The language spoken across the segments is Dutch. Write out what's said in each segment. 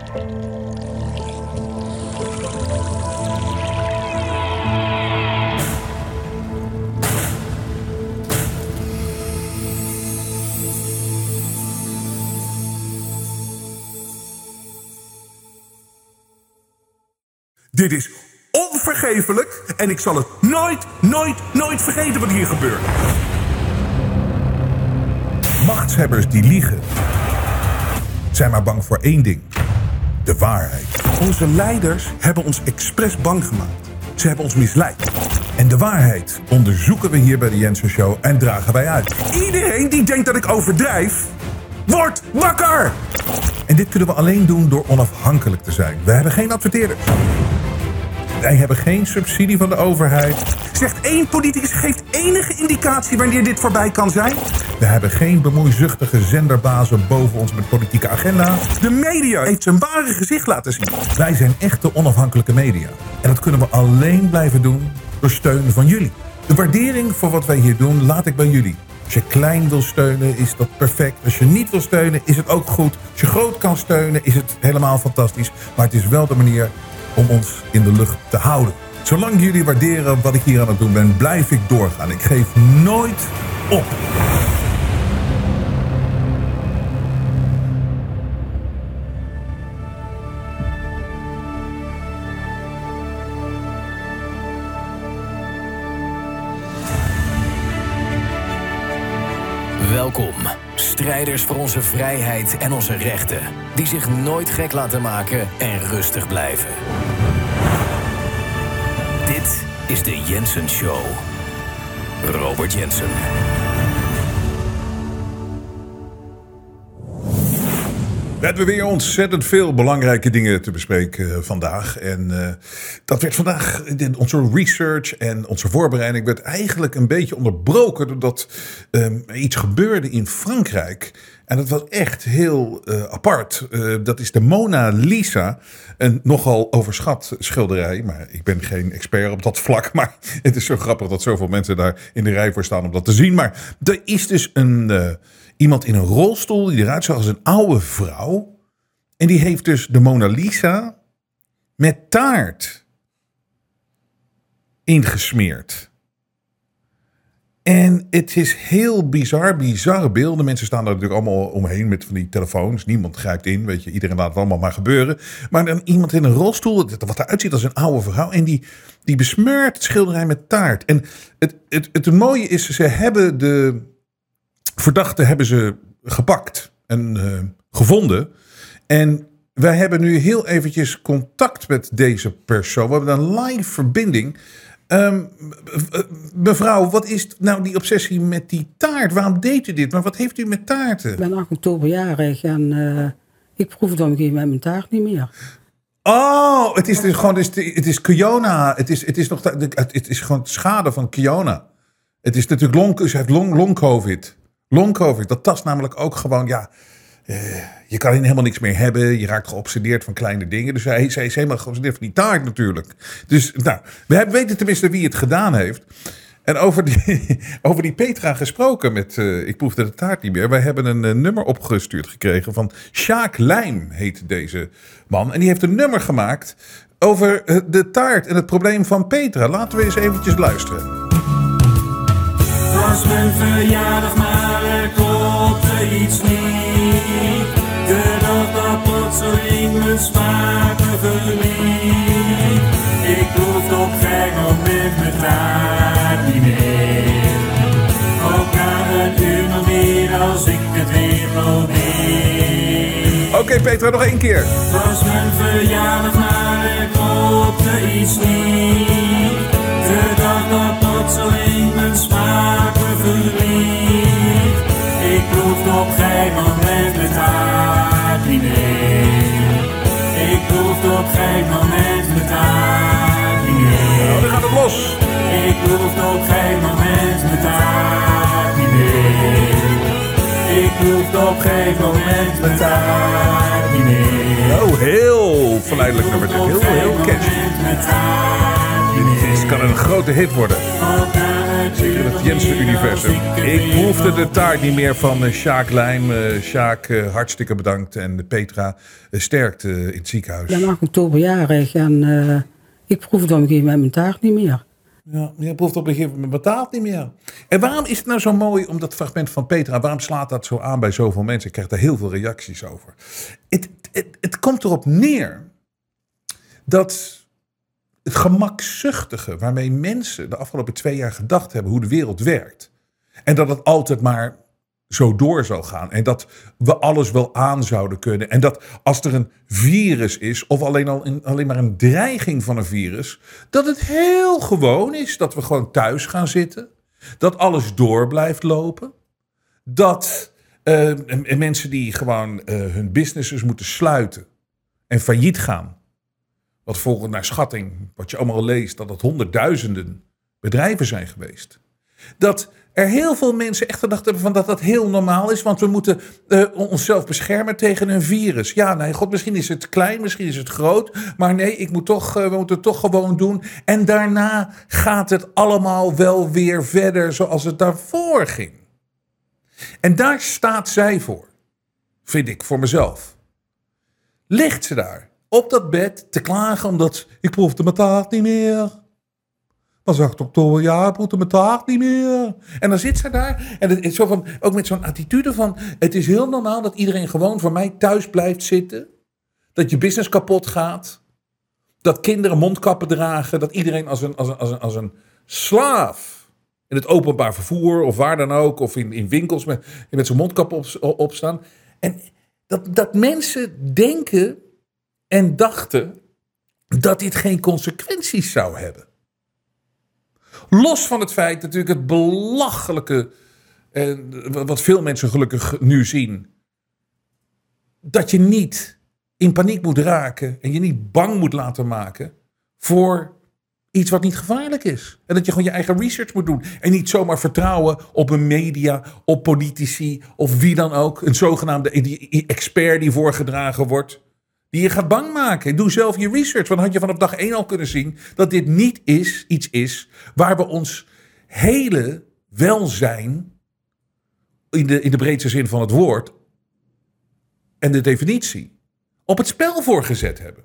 Dit is onvergeeflijk en ik zal het nooit vergeten wat hier gebeurt. Machtshebbers die liegen zijn maar bang voor één ding: de waarheid. Onze leiders hebben ons expres bang gemaakt. Ze hebben ons misleid. En de waarheid onderzoeken we hier bij de Jensen Show en dragen wij uit. Iedereen die denkt dat ik overdrijf, wordt wakker! En dit kunnen we alleen doen door onafhankelijk te zijn. We hebben geen adverteerders. Wij hebben geen subsidie van de overheid. Zegt één politicus, geeft enige indicatie wanneer dit voorbij kan zijn. We hebben geen bemoeizuchtige zenderbazen boven ons met politieke agenda. De media heeft zijn ware gezicht laten zien. Wij zijn echte onafhankelijke media. En dat kunnen we alleen blijven doen door steun van jullie. De waardering voor wat wij hier doen laat ik bij jullie. Als je klein wil steunen, is dat perfect. Als je niet wil steunen, is het ook goed. Als je groot kan steunen, is het helemaal fantastisch. Maar het is wel de manier om ons in de lucht te houden. Zolang jullie waarderen wat ik hier aan het doen ben, blijf ik doorgaan. Ik geef nooit op. Welkom, strijders voor onze vrijheid en onze rechten, die zich nooit gek laten maken en rustig blijven. Dit is de Jensen Show. Robert Jensen. We hebben weer ontzettend veel belangrijke dingen te bespreken vandaag. En dat werd vandaag, onze research en onze voorbereiding werd eigenlijk een beetje onderbroken doordat iets gebeurde in Frankrijk. En dat was echt heel apart. Dat is de Mona Lisa. Een nogal overschat schilderij. Maar ik ben geen expert op dat vlak. Maar het is zo grappig dat zoveel mensen daar in de rij voor staan om dat te zien. Maar er is dus iemand in een rolstoel die eruit zag als een oude vrouw. En die heeft dus de Mona Lisa met taart ingesmeerd. En het is heel bizarre beelden. Mensen staan daar natuurlijk allemaal omheen met van die telefoons. Niemand grijpt in, weet je. Iedereen laat het allemaal maar gebeuren. Maar dan iemand in een rolstoel, wat eruit ziet als een oude vrouw. En die besmeurt het schilderij met taart. En het mooie is, ze hebben de verdachten hebben ze gepakt en gevonden. En wij hebben nu heel eventjes contact met deze persoon. We hebben een live verbinding. Mevrouw, wat is nou die obsessie met die taart? Waarom deed u dit? Maar wat heeft u met taarten? Ik ben 8 oktober jarig en ik proef het op een gegeven moment mijn taart niet meer. Oh, het is dus gewoon, het is Kiona. Het is gewoon schade van Kiona. Het is natuurlijk ze heeft long-covid. Long-covid, dat tast namelijk ook gewoon, ja. Je kan helemaal niks meer hebben. Je raakt geobsedeerd van kleine dingen. Dus zij is helemaal geobsedeerd van die taart natuurlijk. Dus nou, we weten tenminste wie het gedaan heeft. En over die Petra gesproken met ik proefde de taart niet meer. Wij hebben een nummer opgestuurd gekregen van Sjaak Lijm, heet deze man. En die heeft een nummer gemaakt over de taart en het probleem van Petra. Laten we eens eventjes luisteren. Het was mijn verjaardag, maar er klopte iets niet. De dag dat plotseling mijn smaken verliet. Ik proefde op geen moment mijn taart niet meer. Ook na een uur nog niet als ik het weer probeer. Oké, Petra, nog 1 keer. Het was mijn verjaardag, maar er klopte iets niet. De dag dat plotseling mijn smaken verliet. Ik proefde op geen moment mijn taart niet meer. Ik proefde op geen moment mijn taart niet meer. Nou, dan gaat het los. Ik proefde op geen moment mijn taart niet meer. Ik proefde op geen moment mijn taart niet meer. Oh, heel verleidelijk nummer. Heel catchy. Dit kan een grote hit worden. Zeker in het Jensen-universum. Ik proefde de taart niet meer van Sjaak Lijm. Sjaak, hartstikke bedankt. En Petra, sterkte in het ziekenhuis. Ik ben 8 oktober jarig en ik proefde op een gegeven moment mijn taart niet meer. Ja, je proeft op een gegeven moment mijn taart niet meer. En waarom is het nou zo mooi om dat fragment van Petra, waarom slaat dat zo aan bij zoveel mensen? Ik krijg daar heel veel reacties over. Het komt erop neer dat het gemakzuchtige waarmee mensen de afgelopen 2 jaar gedacht hebben hoe de wereld werkt. En dat het altijd maar zo door zal gaan. En dat we alles wel aan zouden kunnen. En dat als er een virus is, of alleen maar een dreiging van een virus, dat het heel gewoon is dat we gewoon thuis gaan zitten. Dat alles door blijft lopen. Dat mensen die gewoon hun businesses moeten sluiten en failliet gaan. Wat volgens naar schatting, wat je allemaal leest, dat het 100.000 bedrijven zijn geweest. Dat er heel veel mensen echt gedacht hebben van dat dat heel normaal is. Want we moeten onszelf beschermen tegen een virus. Ja, nee, god, misschien is het klein, misschien is het groot. Maar nee, we moeten het toch gewoon doen. En daarna gaat het allemaal wel weer verder zoals het daarvoor ging. En daar staat zij voor. Vind ik, voor mezelf. Ligt ze daar op dat bed te klagen omdat ik proefde mijn taart niet meer. Was 8 oktober, ja, ik proefde mijn taart niet meer. En dan zit ze daar en het is zo van, ook met zo'n attitude van, het is heel normaal dat iedereen gewoon voor mij thuis blijft zitten. Dat je business kapot gaat. Dat kinderen mondkappen dragen. Dat iedereen als een slaaf in het openbaar vervoer of waar dan ook. Of in winkels met zijn mondkap opstaan. En dat mensen denken en dachten dat dit geen consequenties zou hebben. Los van het feit natuurlijk het belachelijke, wat veel mensen gelukkig nu zien, dat je niet in paniek moet raken en je niet bang moet laten maken voor iets wat niet gevaarlijk is. En dat je gewoon je eigen research moet doen en niet zomaar vertrouwen op een media, op politici of wie dan ook, een zogenaamde expert die voorgedragen wordt. Die je gaat bang maken. Doe zelf je research. Want had je vanaf dag 1 al kunnen zien dat dit niet iets is waar we ons hele welzijn in de breedste zin van het woord en de definitie op het spel voor gezet hebben.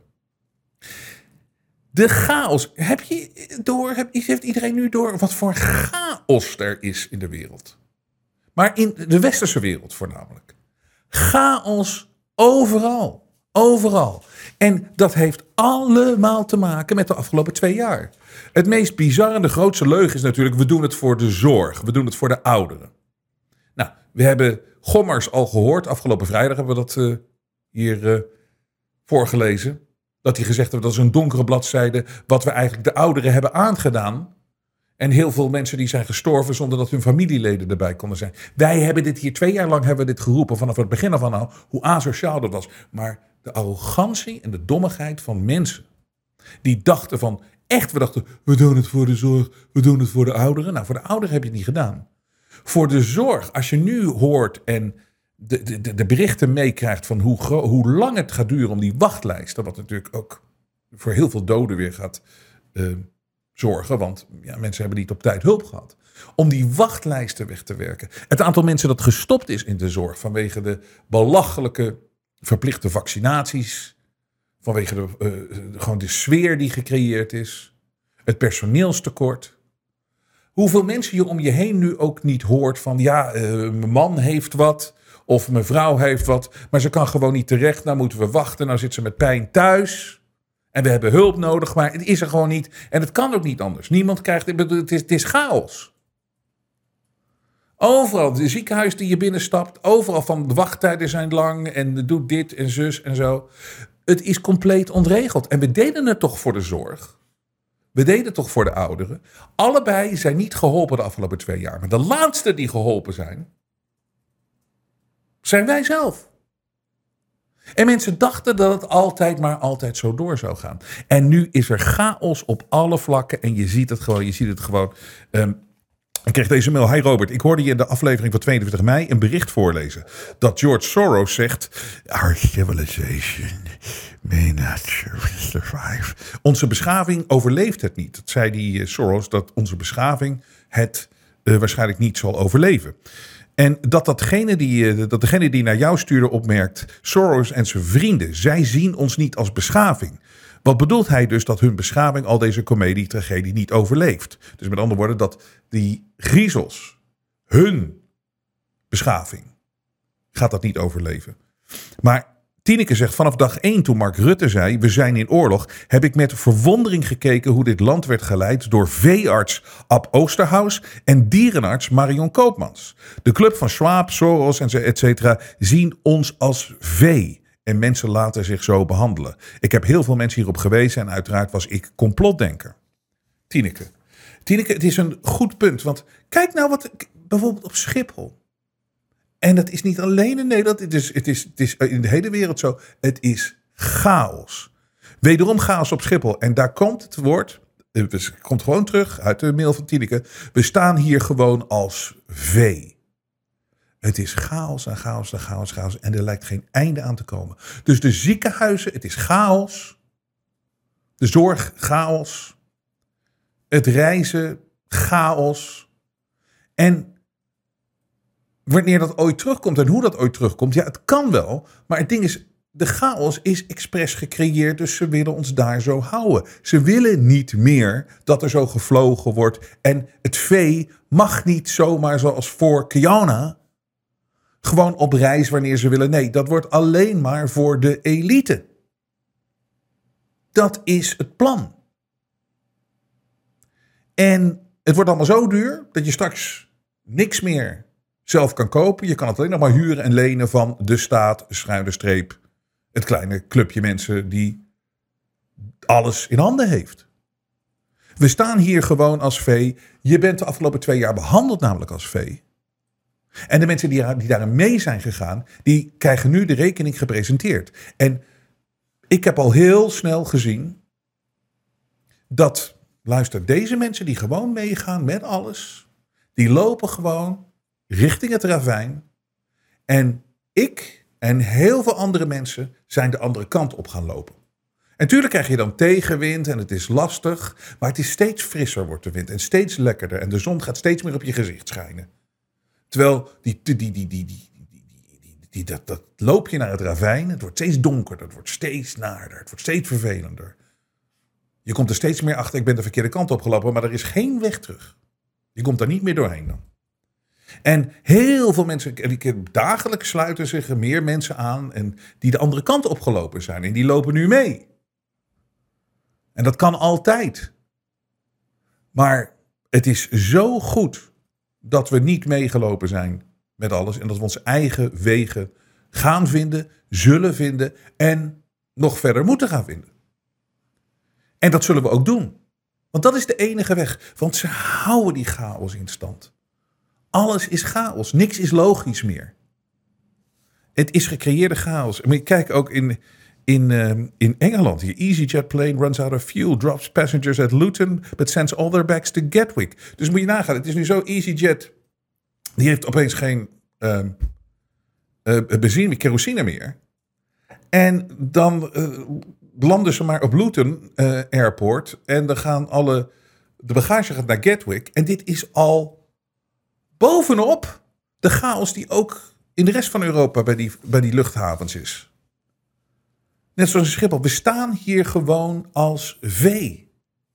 De chaos. Heeft iedereen nu door wat voor chaos er is in de wereld? Maar in de westerse wereld voornamelijk. Chaos overal. Overal. En dat heeft allemaal te maken met de afgelopen 2 jaar. Het meest bizarre en de grootste leugen is natuurlijk, we doen het voor de zorg. We doen het voor de ouderen. Nou, we hebben Gommers al gehoord. Afgelopen vrijdag hebben we dat hier voorgelezen. Dat hij gezegd heeft, dat is een donkere bladzijde wat we eigenlijk de ouderen hebben aangedaan. En heel veel mensen die zijn gestorven zonder dat hun familieleden erbij konden zijn. Wij hebben dit hier 2 jaar lang hebben we dit geroepen vanaf het begin af aan al, hoe asociaal dat was. Maar de arrogantie en de dommigheid van mensen die dachten van, we dachten, we doen het voor de zorg, we doen het voor de ouderen. Nou, voor de ouderen heb je het niet gedaan. Voor de zorg, als je nu hoort en de berichten meekrijgt van hoe lang het gaat duren om die wachtlijsten, wat natuurlijk ook voor heel veel doden weer gaat zorgen, want ja, mensen hebben niet op tijd hulp gehad. Om die wachtlijsten weg te werken. Het aantal mensen dat gestopt is in de zorg vanwege de belachelijke verplichte vaccinaties, vanwege gewoon de sfeer die gecreëerd is, het personeelstekort. Hoeveel mensen je om je heen nu ook niet hoort van, mijn man heeft wat of mijn vrouw heeft wat, maar ze kan gewoon niet terecht, nou moeten we wachten, nou zit ze met pijn thuis. En we hebben hulp nodig, maar het is er gewoon niet. En het kan ook niet anders. Niemand krijgt, het is chaos. Overal, de ziekenhuis die je binnenstapt, overal van de wachttijden zijn lang en doet dit en zus en zo. Het is compleet ontregeld. En we deden het toch voor de zorg. We deden het toch voor de ouderen. Allebei zijn niet geholpen de afgelopen 2 jaar. Maar de laatste die geholpen zijn wij zelf. En mensen dachten dat het altijd zo door zou gaan. En nu is er chaos op alle vlakken. En je ziet het gewoon. Ik kreeg deze mail. Hi Robert, ik hoorde je in de aflevering van 22 mei een bericht voorlezen. Dat George Soros zegt... Our civilization may not survive. Onze beschaving overleeft het niet. Dat zei die Soros, dat onze beschaving het waarschijnlijk niet zal overleven. En dat degene die naar jou stuurde opmerkt... Soros en zijn vrienden, zij zien ons niet als beschaving. Wat bedoelt hij dus dat hun beschaving al deze tragedie niet overleeft? Dus met andere woorden dat die griezels, hun beschaving, gaat dat niet overleven. Maar Tineke zegt vanaf dag 1 toen Mark Rutte zei we zijn in oorlog, heb ik met verwondering gekeken hoe dit land werd geleid door veearts Ab Oosterhuis en dierenarts Marion Koopmans. De club van Schwab, Soros en et cetera zien ons als vee. En mensen laten zich zo behandelen. Ik heb heel veel mensen hierop gewezen en uiteraard was ik complotdenker. Tineke, het is een goed punt. Want kijk nou wat bijvoorbeeld op Schiphol. En dat is niet alleen in Nederland. Het is in de hele wereld zo. Het is chaos. Wederom chaos op Schiphol. En daar komt het woord. Het komt gewoon terug uit de mail van Tineke. We staan hier gewoon als vee. Het is chaos en chaos en chaos en chaos. En er lijkt geen einde aan te komen. Dus de ziekenhuizen, het is chaos. De zorg, chaos. Het reizen, chaos. En wanneer dat ooit terugkomt en hoe dat ooit terugkomt. Ja, het kan wel. Maar het ding is, de chaos is expres gecreëerd. Dus ze willen ons daar zo houden. Ze willen niet meer dat er zo gevlogen wordt. En het vee mag niet zomaar zoals voor Kiana... gewoon op reis wanneer ze willen. Nee, dat wordt alleen maar voor de elite. Dat is het plan. En het wordt allemaal zo duur dat je straks niks meer zelf kan kopen. Je kan het alleen nog maar huren en lenen van de staat, _, het kleine clubje mensen die alles in handen heeft. We staan hier gewoon als vee. Je bent de afgelopen 2 jaar behandeld namelijk als vee. En de mensen die daarin mee zijn gegaan, die krijgen nu de rekening gepresenteerd. En ik heb al heel snel gezien dat, luister, deze mensen die gewoon meegaan met alles, die lopen gewoon richting het ravijn. En ik en heel veel andere mensen zijn de andere kant op gaan lopen. En natuurlijk krijg je dan tegenwind en het is lastig, maar het is steeds frisser wordt de wind en steeds lekkerder. En de zon gaat steeds meer op je gezicht schijnen. Terwijl dat loop je naar het ravijn. Het wordt steeds donkerder. Het wordt steeds naarder. Het wordt steeds vervelender. Je komt er steeds meer achter. Ik ben de verkeerde kant opgelopen. Maar er is geen weg terug. Je komt daar niet meer doorheen dan. En heel veel mensen. Dagelijks sluiten zich meer mensen aan. En die de andere kant opgelopen zijn. En die lopen nu mee. En dat kan altijd. Maar het is zo goed dat we niet meegelopen zijn met alles. En dat we onze eigen wegen gaan vinden, zullen vinden en nog verder moeten gaan vinden. En dat zullen we ook doen. Want dat is de enige weg. Want ze houden die chaos in stand. Alles is chaos. Niks is logisch meer. Het is gecreëerde chaos. Maar kijk ook in Engeland. Die EasyJet plane runs out of fuel, drops passengers at Luton, but sends all their bags to Gatwick. Dus moet je nagaan. Het is nu zo, EasyJet, die heeft opeens geen benzine, kerosine meer. En dan landen ze maar op Luton Airport. En dan gaan de bagage gaat naar Gatwick. En dit is al bovenop de chaos die ook in de rest van Europa bij die luchthavens is. Net zoals in Schiphol. We staan hier gewoon als vee.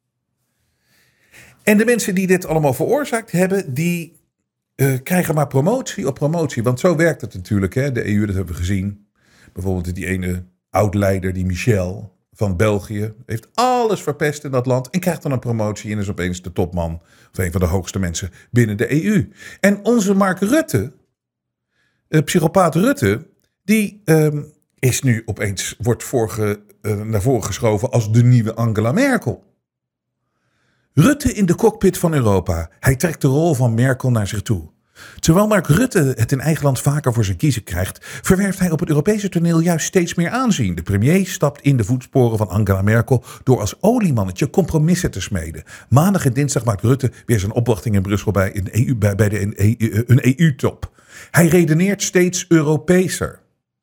En de mensen die dit allemaal veroorzaakt hebben, die krijgen maar promotie op promotie. Want zo werkt het natuurlijk. Hè? De EU, dat hebben we gezien. Bijvoorbeeld die ene oud-leider, die Michel van België, heeft alles verpest in dat land en krijgt dan een promotie en is opeens de topman of een van de hoogste mensen binnen de EU. En onze Mark Rutte, psychopaat Rutte, die is nu opeens, wordt naar voren geschoven als de nieuwe Angela Merkel. Rutte in de cockpit van Europa. Hij trekt de rol van Merkel naar zich toe. Terwijl Mark Rutte het in eigen land vaker voor zijn kiezen krijgt, verwerft hij op het Europese toneel juist steeds meer aanzien. De premier stapt in de voetsporen van Angela Merkel door als oliemannetje compromissen te smeden. Maandag en dinsdag maakt Rutte weer zijn opwachting in Brussel bij een EU-top. Hij redeneert steeds Europeeser.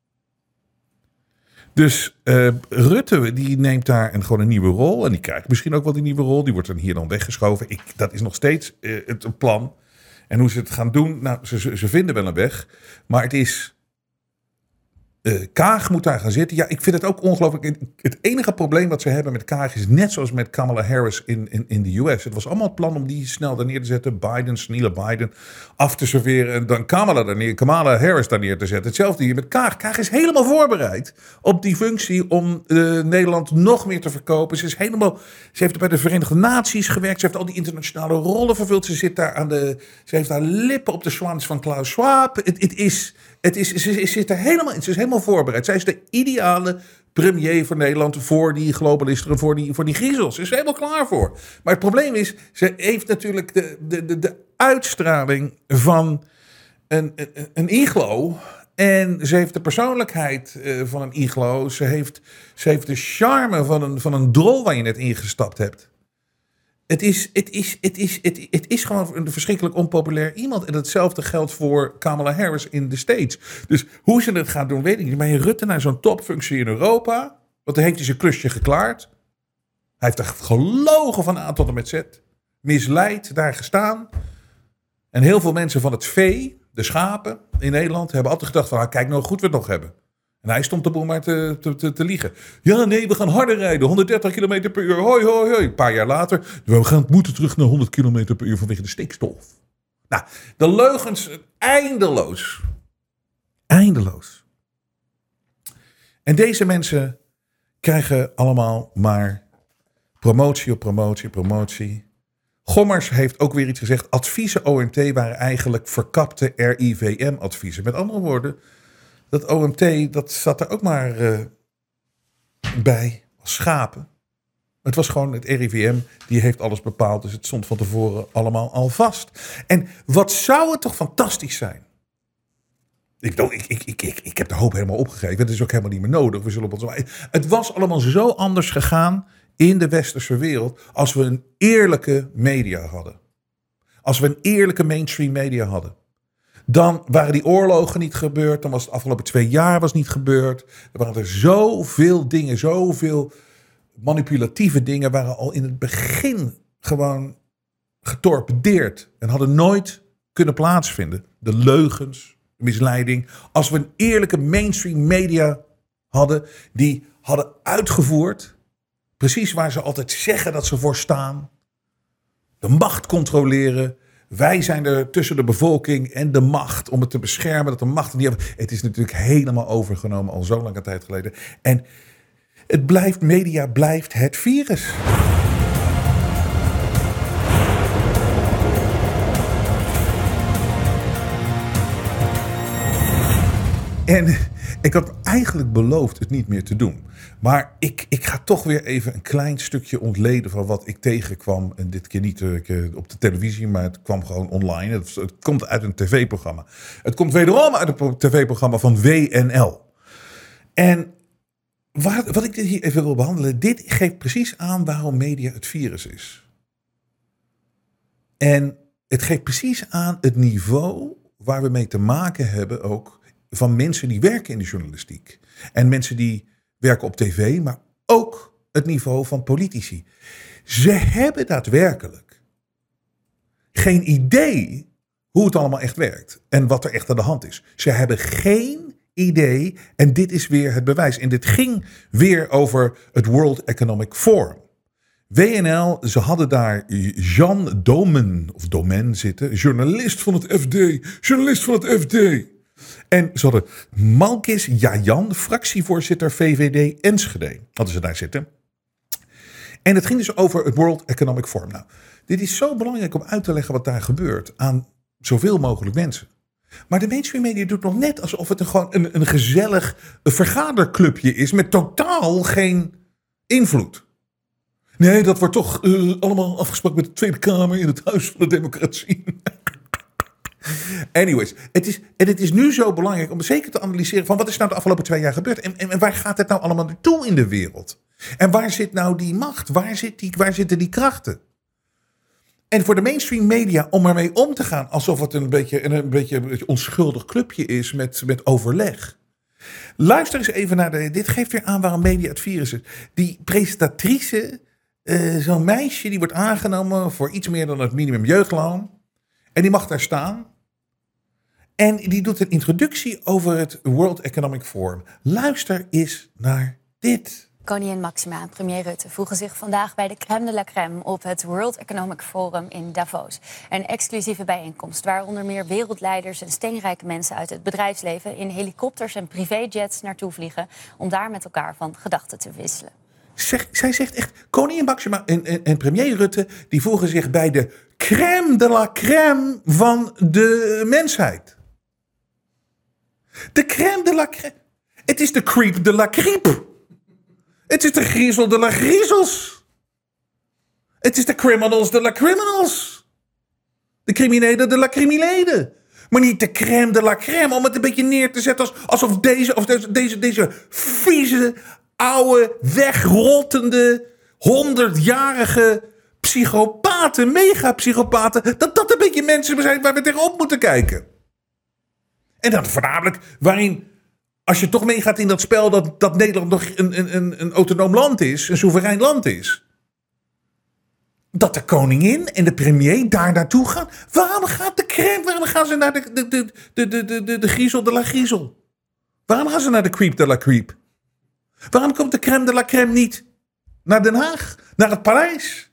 Dus Rutte die neemt daar gewoon een nieuwe rol. En die krijgt misschien ook wel die nieuwe rol. Die wordt dan hier dan weggeschoven. Dat is nog steeds het plan. En hoe ze het gaan doen, nou, ze vinden wel een weg. Maar het is... Kaag moet daar gaan zitten. Ja, ik vind het ook ongelooflijk. Het enige probleem wat ze hebben met Kaag is net zoals met Kamala Harris in de US. Het was allemaal het plan om die snel daar neer te zetten. Sneller Biden af te serveren. En dan Kamala Harris daar neer te zetten. Hetzelfde hier met Kaag. Kaag is helemaal voorbereid op die functie om Nederland nog meer te verkopen. Ze heeft bij de Verenigde Naties gewerkt. Ze heeft al die internationale rollen vervuld. Ze heeft haar lippen op de schwans van Klaus Schwab. Ze zit er helemaal in. Ze is helemaal voorbereid. Zij is de ideale premier van Nederland voor die globalisten, voor die griezels. Ze is er helemaal klaar voor. Maar het probleem is, ze heeft natuurlijk de uitstraling van een iglo. En ze heeft de persoonlijkheid van een iglo. Ze heeft de charme van een drol waar je net ingestapt hebt. Het is gewoon een verschrikkelijk onpopulair iemand. En hetzelfde geldt voor Kamala Harris in de States. Dus hoe ze het gaan doen, weet ik niet. Maar je Rutte naar zo'n topfunctie in Europa. Want dan heeft hij zijn klusje geklaard. Hij heeft er gelogen van A tot en met Z. Misleid daar gestaan. En heel veel mensen van het vee, de schapen in Nederland, hebben altijd gedacht van, kijk nou goed we het nog hebben. En hij stond de boel maar te liegen. Ja, nee, we gaan harder rijden. 130 km per uur. Hoi, hoi, hoi. Een paar jaar later. We moeten terug naar 100 km per uur vanwege de stikstof. Nou, de leugens eindeloos. Eindeloos. En deze mensen krijgen allemaal maar promotie op promotie op promotie. Gommers heeft ook weer iets gezegd. Adviezen OMT waren eigenlijk verkapte RIVM-adviezen. Met andere woorden... Dat OMT, dat zat er ook maar bij, als schapen. Het was gewoon het RIVM, die heeft alles bepaald. Dus het stond van tevoren allemaal al vast. En wat zou het toch fantastisch zijn? Ik heb de hoop helemaal opgegeven. Het is ook helemaal niet meer nodig. Het was allemaal zo anders gegaan in de westerse wereld... als we een eerlijke media hadden. Als we een eerlijke mainstream media hadden. Dan waren die oorlogen niet gebeurd. Dan was het afgelopen 2 jaar niet gebeurd. Er waren er zoveel dingen, zoveel manipulatieve dingen... waren al in het begin gewoon getorpedeerd. En hadden nooit kunnen plaatsvinden. De leugens, de misleiding. Als we een eerlijke mainstream media hadden... die hadden uitgevoerd... precies waar ze altijd zeggen dat ze voor staan. De macht controleren... Wij zijn er tussen de bevolking en de macht om het te beschermen. Dat de macht het is natuurlijk helemaal overgenomen al zo lange tijd geleden. En media blijft het virus. En ik had eigenlijk beloofd het niet meer te doen. Maar ik ga toch weer even een klein stukje ontleden van wat ik tegenkwam. En dit keer niet op de televisie, maar het kwam gewoon online. Het komt uit een tv-programma. Het komt wederom uit een tv-programma van WNL. En wat ik dit hier even wil behandelen, dit geeft precies aan waarom media het virus is. En het geeft precies aan het niveau waar we mee te maken hebben ook van mensen die werken in de journalistiek. En mensen die werken op tv, maar ook het niveau van politici. Ze hebben daadwerkelijk geen idee hoe het allemaal echt werkt. En wat er echt aan de hand is. Ze hebben geen idee. En dit is weer het bewijs. En dit ging weer over het World Economic Forum. WNL, ze hadden daar Jan Domen zitten. Journalist van het FD. En ze hadden Malkis Jajan, fractievoorzitter VVD Enschede, hadden ze daar zitten. En het ging dus over het World Economic Forum. Nou, dit is zo belangrijk om uit te leggen wat daar gebeurt aan zoveel mogelijk mensen. Maar de mainstream media doet nog net alsof het gewoon een gezellig vergaderclubje is met totaal geen invloed. Nee, dat wordt toch allemaal afgesproken met de Tweede Kamer in het Huis van de Democratie. Anyways, het is nu zo belangrijk om zeker te analyseren van wat is nou de afgelopen 2 jaar gebeurd en waar gaat het nou allemaal naartoe in de wereld? En waar zit nou die macht? Waar zitten die krachten? En voor de mainstream media om ermee om te gaan alsof het een beetje onschuldig clubje is met overleg. Luister eens even naar dit geeft weer aan waarom media het virus is. Die presentatrice, zo'n meisje die wordt aangenomen voor iets meer dan het minimum jeugdloon. En die mag daar staan. En die doet een introductie over het World Economic Forum. Luister eens naar dit. Koningin Máxima en premier Rutte voegen zich vandaag bij de crème de la crème op het World Economic Forum in Davos. Een exclusieve bijeenkomst waar onder meer wereldleiders en steenrijke mensen uit het bedrijfsleven in helikopters en privéjets naartoe vliegen om daar met elkaar van gedachten te wisselen. Zij zegt echt, koningin Máxima en premier Rutte die voegen zich bij de crème de la crème van de mensheid. De crème de la crème. Het is de creep de la creep. Het is de griezel de la griezels. Het is de criminals de la criminals. De criminelen de la criminelen. Maar niet de crème de la crème om het een beetje neer te zetten alsof deze vieze, oude, wegrottende, 100-jarige psychopaten, megapsychopaten, dat een beetje mensen zijn waar we tegenop moeten kijken. En dan voornamelijk waarin, als je toch meegaat in dat spel dat Nederland nog een autonoom land is, een soeverein land is, dat de koningin en de premier daar naartoe gaan. Waarom gaat de crème, waarom gaan ze naar de griezel de la griezel? Waarom gaan ze naar de creep de la creep? Waarom komt de crème de la crème niet naar Den Haag, naar het paleis?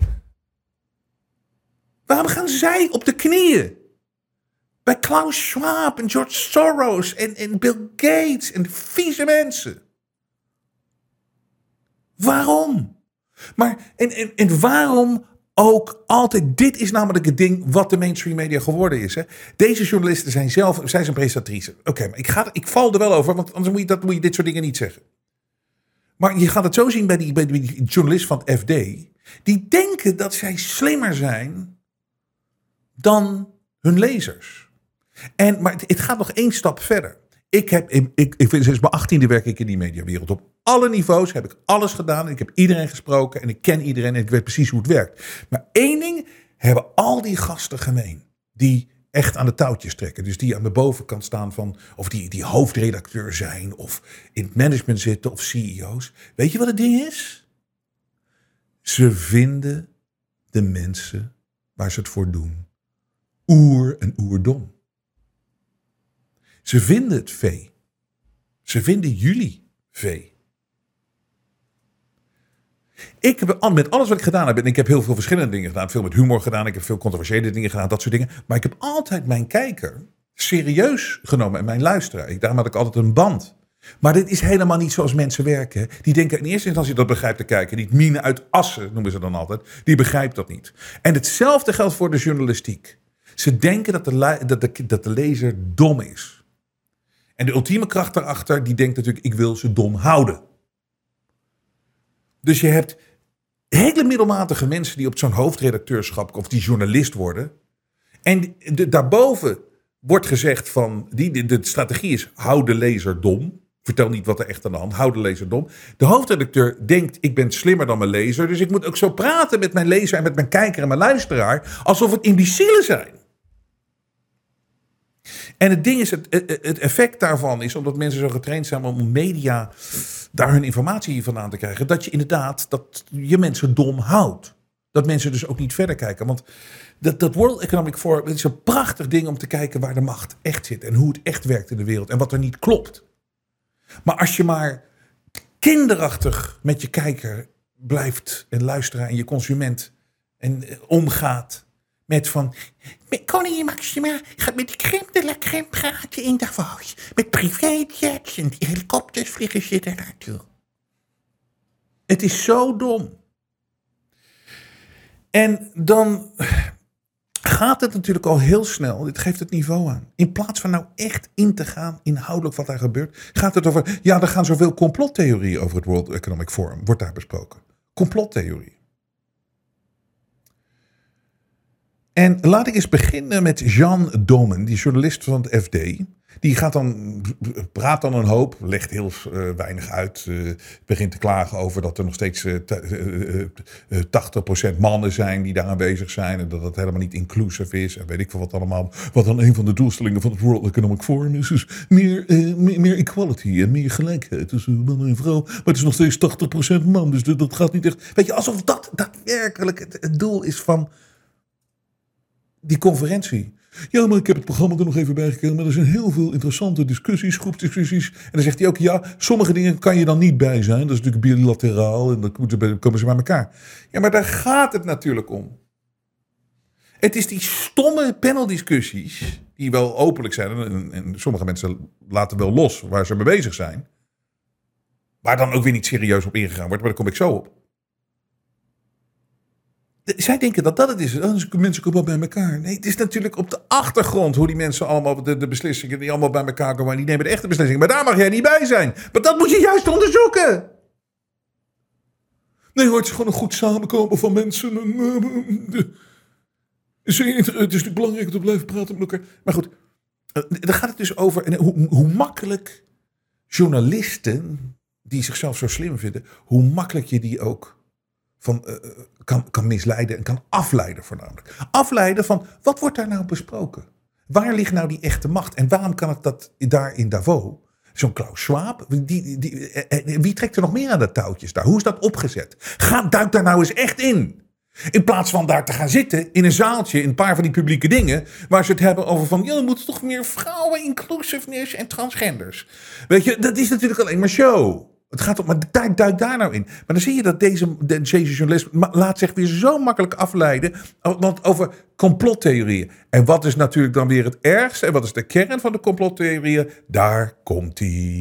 Waarom gaan zij op de knieën bij Klaus Schwab en George Soros en Bill Gates en vieze mensen? Waarom? Maar en waarom ook altijd? Dit is namelijk het ding wat de mainstream media geworden is. Hè? Deze journalisten zijn zij zijn presentatrice. Oké, maar ik val er wel over, want anders moet je dit soort dingen niet zeggen. Maar je gaat het zo zien bij die journalist van het FD. Die denken dat zij slimmer zijn dan hun lezers. Maar het gaat nog 1 stap verder. Ik vind sinds mijn 18e werk ik in die mediawereld. Op alle niveaus heb ik alles gedaan. Ik heb iedereen gesproken en ik ken iedereen en ik weet precies hoe het werkt. Maar 1 ding hebben al die gasten gemeen. Die echt aan de touwtjes trekken. Dus die aan de bovenkant staan van, of die hoofdredacteur zijn, of in het management zitten, of CEO's. Weet je wat het ding is? Ze vinden de mensen waar ze het voor doen oerdom. Ze vinden het vee. Ze vinden jullie vee. Ik heb met alles wat ik gedaan heb, en ik heb heel veel verschillende dingen gedaan. Veel met humor gedaan, ik heb veel controversiële dingen gedaan, dat soort dingen. Maar ik heb altijd mijn kijker serieus genomen en mijn luisteraar. Daarom had ik altijd een band. Maar dit is helemaal niet zoals mensen werken. Die denken in eerste instantie dat begrijpt de kijker. Die mine uit assen noemen ze dan altijd. Die begrijpt dat niet. En hetzelfde geldt voor de journalistiek. Ze denken dat de lezer dom is. En de ultieme kracht daarachter, die denkt natuurlijk, ik wil ze dom houden. Dus je hebt hele middelmatige mensen die op zo'n hoofdredacteurschap of die journalist worden. En daarboven wordt gezegd van, de strategie is, hou de lezer dom. Vertel niet wat er echt aan de hand, hou de lezer dom. De hoofdredacteur denkt, ik ben slimmer dan mijn lezer. Dus ik moet ook zo praten met mijn lezer en met mijn kijker en mijn luisteraar, alsof het imbecielen zijn. En het ding is, het effect daarvan is, omdat mensen zo getraind zijn om media daar hun informatie vandaan te krijgen, dat je inderdaad, dat je mensen dom houdt. Dat mensen dus ook niet verder kijken. Want dat World Economic Forum is een prachtig ding om te kijken waar de macht echt zit en hoe het echt werkt in de wereld en wat er niet klopt. Maar als je maar kinderachtig met je kijker blijft en luisteraar en je consument en omgaat met van, koningin Máxima gaat met die crème de la crème praten in Davos. Met privéjets en die helikopters vliegen ze er naartoe. Het is zo dom. En dan gaat het natuurlijk al heel snel, dit geeft het niveau aan. In plaats van nou echt in te gaan, inhoudelijk wat daar gebeurt, gaat het over, ja, er gaan zoveel complottheorieën over het World Economic Forum, wordt daar besproken. Complottheorieën. En laat ik eens beginnen met Jean Domen, die journalist van het FD. Die praat dan een hoop, legt heel weinig uit. Begint te klagen over dat er nog steeds 80% mannen zijn die daar aanwezig zijn. En dat het helemaal niet inclusive is. En weet ik veel wat allemaal. Wat dan een van de doelstellingen van het World Economic Forum is. Dus meer equality en meer gelijkheid tussen man en vrouw. Maar het is nog steeds 80% man. Dus dat gaat niet echt. Weet je, alsof dat daadwerkelijk het doel is van die conferentie. Ja, maar ik heb het programma er nog even bij gekregen. Maar er zijn heel veel interessante discussies, groepsdiscussies. En dan zegt hij ook, ja, sommige dingen kan je dan niet bij zijn. Dat is natuurlijk bilateraal en dan komen ze bij elkaar. Ja, maar daar gaat het natuurlijk om. Het is die stomme paneldiscussies, die wel openlijk zijn. En sommige mensen laten wel los waar ze mee bezig zijn. Waar dan ook weer niet serieus op ingegaan wordt. Maar daar kom ik zo op. Zij denken dat het is. Dus mensen komen bij elkaar. Nee, het is natuurlijk op de achtergrond hoe die mensen allemaal de beslissingen die allemaal bij elkaar komen. Die nemen de echte beslissingen. Maar daar mag jij niet bij zijn. Maar dat moet je juist onderzoeken. Nee hoor, het is gewoon een goed samenkomen van mensen. Het is natuurlijk belangrijk om te blijven praten met elkaar. Maar goed, daar gaat het dus over. En hoe makkelijk journalisten die zichzelf zo slim vinden, hoe makkelijk je die ook kan misleiden en kan afleiden voornamelijk. Afleiden van, wat wordt daar nou besproken? Waar ligt nou die echte macht? En waarom kan ik dat daar in Davos? Zo'n Klaus Schwab, wie trekt er nog meer aan de touwtjes daar? Hoe is dat opgezet? Duik daar nou eens echt in. In plaats van daar te gaan zitten in een zaaltje, in een paar van die publieke dingen, waar ze het hebben over van, ja, er moeten toch meer vrouwen, inclusiveness en transgenders. Weet je, dat is natuurlijk alleen maar show. Het gaat om, maar duik daar nou in. Maar dan zie je dat deze journalist laat zich weer zo makkelijk afleiden over complottheorieën. En wat is natuurlijk dan weer het ergste? En wat is de kern van de complottheorieën? Daar komt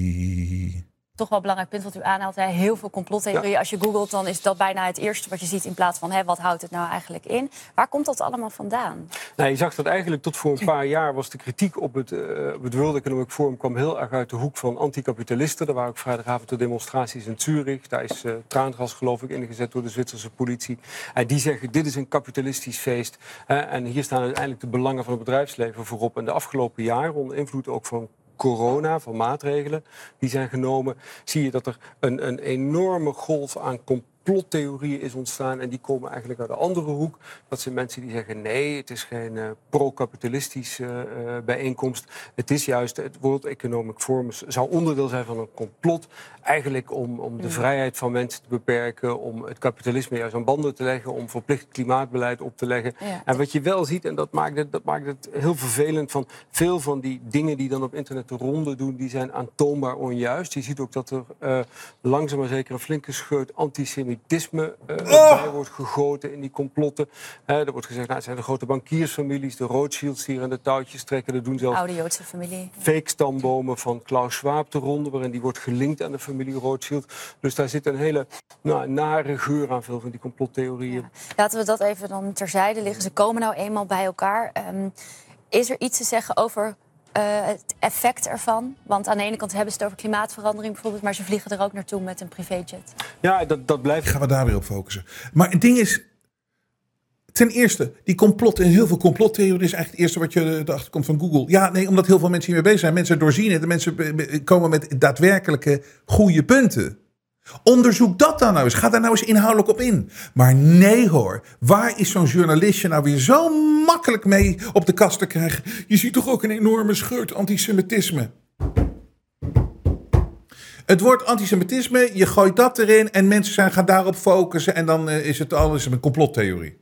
die. Toch wel een belangrijk punt wat u aanhaalt. Hè? Heel veel complottheorieën. Ja. Als je googelt, dan is dat bijna het eerste wat je ziet in plaats van wat houdt het nou eigenlijk in? Waar komt dat allemaal vandaan? Nou, je zag dat eigenlijk tot voor een paar jaar was de kritiek op het World Economic Forum kwam heel erg uit de hoek van anticapitalisten. Er waren ook vrijdagavond de demonstraties in Zurich. Daar is traangas geloof ik ingezet door de Zwitserse politie. En die zeggen dit is een kapitalistisch feest. En hier staan uiteindelijk de belangen van het bedrijfsleven voorop. En de afgelopen jaren onder invloed ook van corona, van maatregelen die zijn genomen, zie je dat er een enorme golf aan complottheorieën is ontstaan. En die komen eigenlijk uit de andere hoek. Dat zijn mensen die zeggen, nee, het is geen pro-kapitalistische bijeenkomst. Het is juist, het World Economic Forum zou onderdeel zijn van een complot. Eigenlijk om de vrijheid van mensen te beperken, om het kapitalisme juist aan banden te leggen, om verplicht klimaatbeleid op te leggen. Ja. En wat je wel ziet, en dat maakt het heel vervelend, van veel van die dingen die dan op internet de ronde doen, die zijn aantoonbaar onjuist. Je ziet ook dat er langzaam maar zeker een flinke scheut antisemitisme bij wordt gegoten in die complotten. Er wordt gezegd, het zijn de grote bankiersfamilies, de Rothschilds die hier aan de touwtjes trekken. Er doen zelfs oude Joodse familie. Fake stambomen van Klaus Schwab te ronde, waarin die wordt gelinkt aan de familie Rothschild. Dus daar zit een hele nare geur aan veel van die complottheorieën. Ja. Laten we dat even dan terzijde liggen. Ze komen nou eenmaal bij elkaar. Is er iets te zeggen over het effect ervan? Want aan de ene kant hebben ze het over klimaatverandering bijvoorbeeld, maar ze vliegen er ook naartoe met een privéjet. Ja, dat blijft. Gaan we daar weer op focussen. Maar het ding is, ten eerste, die complotten, heel veel complottheorieën is eigenlijk het eerste wat je erachter komt van Google. Ja, nee, omdat heel veel mensen hiermee bezig zijn. Mensen doorzien het en mensen komen met daadwerkelijke goede punten. Onderzoek dat dan nou eens. Ga daar nou eens inhoudelijk op in. Maar nee hoor, waar is zo'n journalistje nou weer zo makkelijk mee op de kast te krijgen? Je ziet toch ook een enorme scheut antisemitisme. Het woord antisemitisme, je gooit dat erin en mensen gaan daarop focussen en dan is het alles een complottheorie.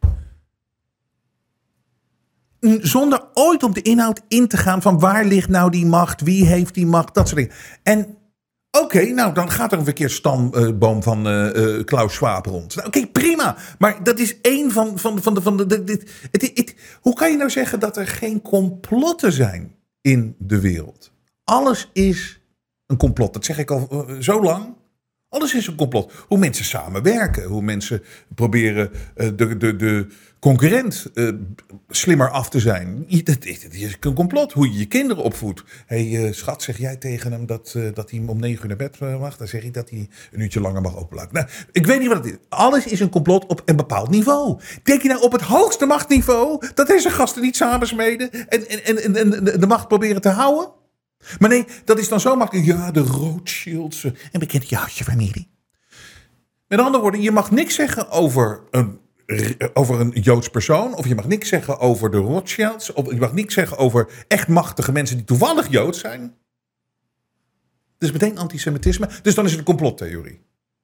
Zonder ooit op de inhoud in te gaan van waar ligt nou die macht, wie heeft die macht, dat soort dingen. En oké, nou dan gaat er een verkeerd stamboom van Klaus Schwab rond. Nou, oké, prima. Maar dat is één van de hoe kan je nou zeggen dat er geen complotten zijn in de wereld? Alles is een complot. Dat zeg ik al zo lang. Alles is een complot. Hoe mensen samenwerken. Hoe mensen proberen de concurrent slimmer af te zijn. Het is een complot. Hoe je je kinderen opvoedt. Schat, zeg jij tegen hem dat hij om 9 uur naar bed mag? Dan zeg ik dat hij een uurtje langer mag openlaten. Nou, ik weet niet wat het is. Alles is een complot op een bepaald niveau. Denk je nou op het hoogste machtniveau dat deze gasten niet samensmeden en de macht proberen te houden? Maar nee, dat is dan zo makkelijk. Ja, de Rothschilds, een bekende Joodse familie. Met andere woorden, je mag niks zeggen over een Joods persoon. Of je mag niks zeggen over de Rothschilds. Of je mag niks zeggen over echt machtige mensen die toevallig Joods zijn. Dus meteen antisemitisme. Dus dan is het een complottheorie.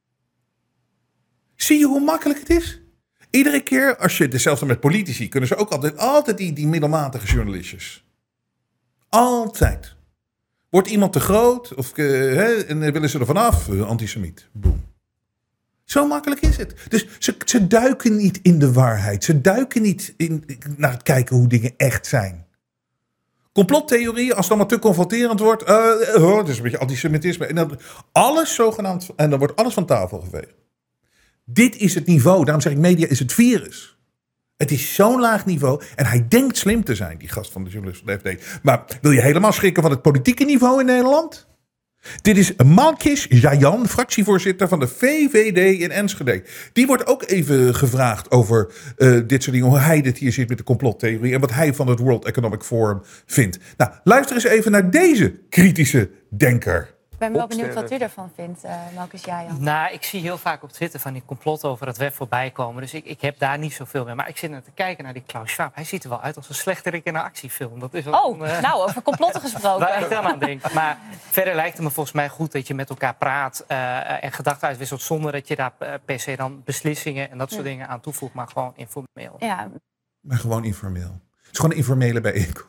Zie je hoe makkelijk het is? Iedere keer, als je hetzelfde met politici, kunnen ze ook altijd die middelmatige journalistjes. Altijd. Wordt iemand te groot en willen ze er vanaf? Antisemiet. Boom. Zo makkelijk is het. Dus ze duiken niet in de waarheid. Ze duiken niet naar het kijken hoe dingen echt zijn. Complottheorieën, als het allemaal te confronterend wordt. Dat is een beetje antisemitisme. En dan alles zogenaamd. En dan wordt alles van tafel geveegd. Dit is het niveau. Daarom zeg ik, media is het virus. Het is zo'n laag niveau. En hij denkt slim te zijn, die gast van de journalist van de FD. Maar wil je helemaal schrikken van het politieke niveau in Nederland? Dit is Malkis Jayan, fractievoorzitter van de VVD in Enschede. Die wordt ook even gevraagd over dit soort dingen. Hoe hij dit hier zit met de complottheorie. En wat hij van het World Economic Forum vindt. Nou, luister eens even naar deze kritische denker. Ik ben wel benieuwd wat u ervan vindt, Malkis Jayan. Nou, ik zie heel vaak op Twitter van die complotten over het web voorbij komen. Dus ik heb daar niet zoveel mee. Maar ik zit naar te kijken naar die Klaus Schwab. Hij ziet er wel uit als een slechterik in een actiefilm. Dat is wel nou, over complotten gesproken. Waar ik dan aan denk. Maar verder lijkt het me volgens mij goed dat je met elkaar praat en gedachten uitwisselt zonder dat je daar per se dan beslissingen en dat soort dingen aan toevoegt. Maar gewoon informeel. Ja. Maar gewoon informeel. Het is gewoon een informele bijeenkomst.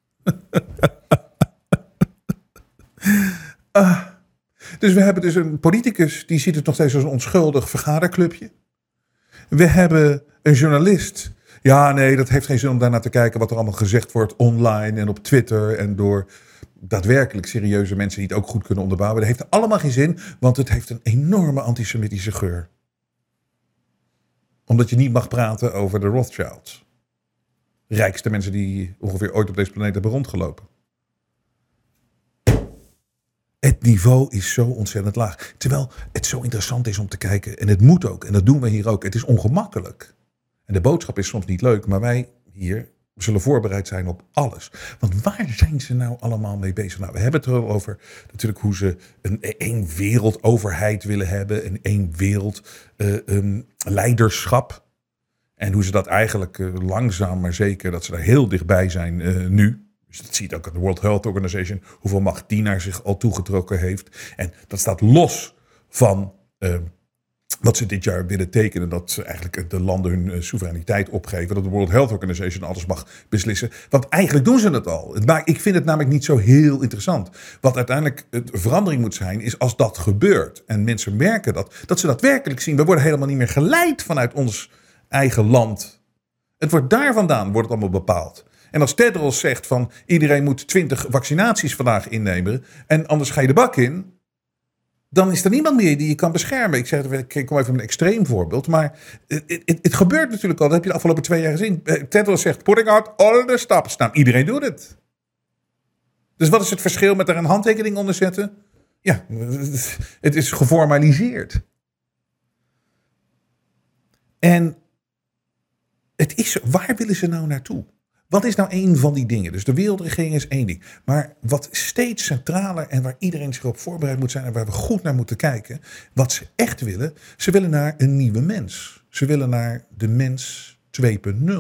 Dus we hebben dus een politicus die ziet het nog steeds als een onschuldig vergaderclubje. We hebben een journalist. Ja, nee, dat heeft geen zin om daarnaar te kijken wat er allemaal gezegd wordt online en op Twitter en door daadwerkelijk serieuze mensen die het ook goed kunnen onderbouwen. Dat heeft allemaal geen zin, want het heeft een enorme antisemitische geur. Omdat je niet mag praten over de Rothschilds. Rijkste mensen die ongeveer ooit op deze planeet hebben rondgelopen. Het niveau is zo ontzettend laag. Terwijl het zo interessant is om te kijken. En het moet ook. En dat doen we hier ook. Het is ongemakkelijk. En de boodschap is soms niet leuk. Maar wij hier zullen voorbereid zijn op alles. Want waar zijn ze nou allemaal mee bezig? Nou, we hebben het erover natuurlijk hoe ze een één wereldoverheid willen hebben. Een één wereld leiderschap. En hoe ze dat eigenlijk langzaam maar zeker, dat ze daar heel dichtbij zijn nu. Dus dat ziet ook aan de World Health Organization, hoeveel macht die naar zich al toegetrokken heeft. En dat staat los van wat ze dit jaar willen tekenen. Dat ze eigenlijk de landen hun soevereiniteit opgeven. Dat de World Health Organization alles mag beslissen. Want eigenlijk doen ze het al. Maar ik vind het namelijk niet zo heel interessant. Wat uiteindelijk de verandering moet zijn, is als dat gebeurt. En mensen merken dat ze dat werkelijk zien. We worden helemaal niet meer geleid vanuit ons eigen land. Het wordt daar vandaan, wordt het allemaal bepaald. En als Tedros zegt van iedereen moet 20 vaccinaties vandaag innemen en anders ga je de bak in, dan is er niemand meer die je kan beschermen. Ik kom even met een extreem voorbeeld, maar het gebeurt natuurlijk al. Dat heb je de afgelopen 2 jaar gezien. Tedros zegt putting out all the stops. Nou, iedereen doet het. Dus wat is het verschil met er een handtekening onder zetten? Ja, het is geformaliseerd. En het is, waar willen ze nou naartoe? Wat is nou één van die dingen? Dus de wereldregering is één ding. Maar wat steeds centraler en waar iedereen zich op voorbereid moet zijn en waar we goed naar moeten kijken. Wat ze echt willen, ze willen naar een nieuwe mens. Ze willen naar de mens 2.0.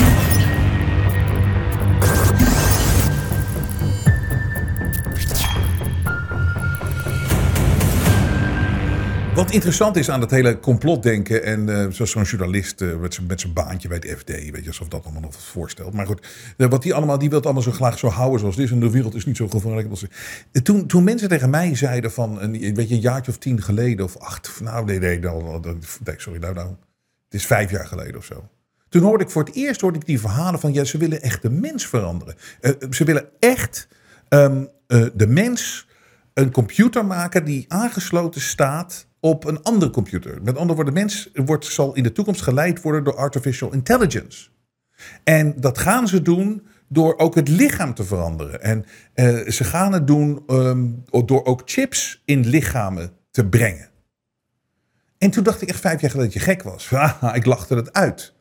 Wat interessant is aan dat hele complotdenken en zoals zo'n journalist met zijn baantje bij het FD, weet je, alsof dat allemaal nog voorstelt. Maar goed, wat die wil het allemaal zo graag zo houden zoals het is en de wereld is niet zo gevaarlijk. Toen mensen tegen mij zeiden van, weet je, een jaartje of 10 geleden of 8, nou sorry, het is 5 jaar geleden of zo. Toen hoorde ik voor het eerst die verhalen van, ja, ze willen echt de mens veranderen. Ze willen echt de mens een computer maken die aangesloten staat op een andere computer. Met andere woorden, de mens zal in de toekomst geleid worden door artificial intelligence. En dat gaan ze doen door ook het lichaam te veranderen. En ze gaan het doen door ook chips in lichamen te brengen. En toen dacht ik echt 5 jaar geleden dat je gek was. Ik lachte het uit.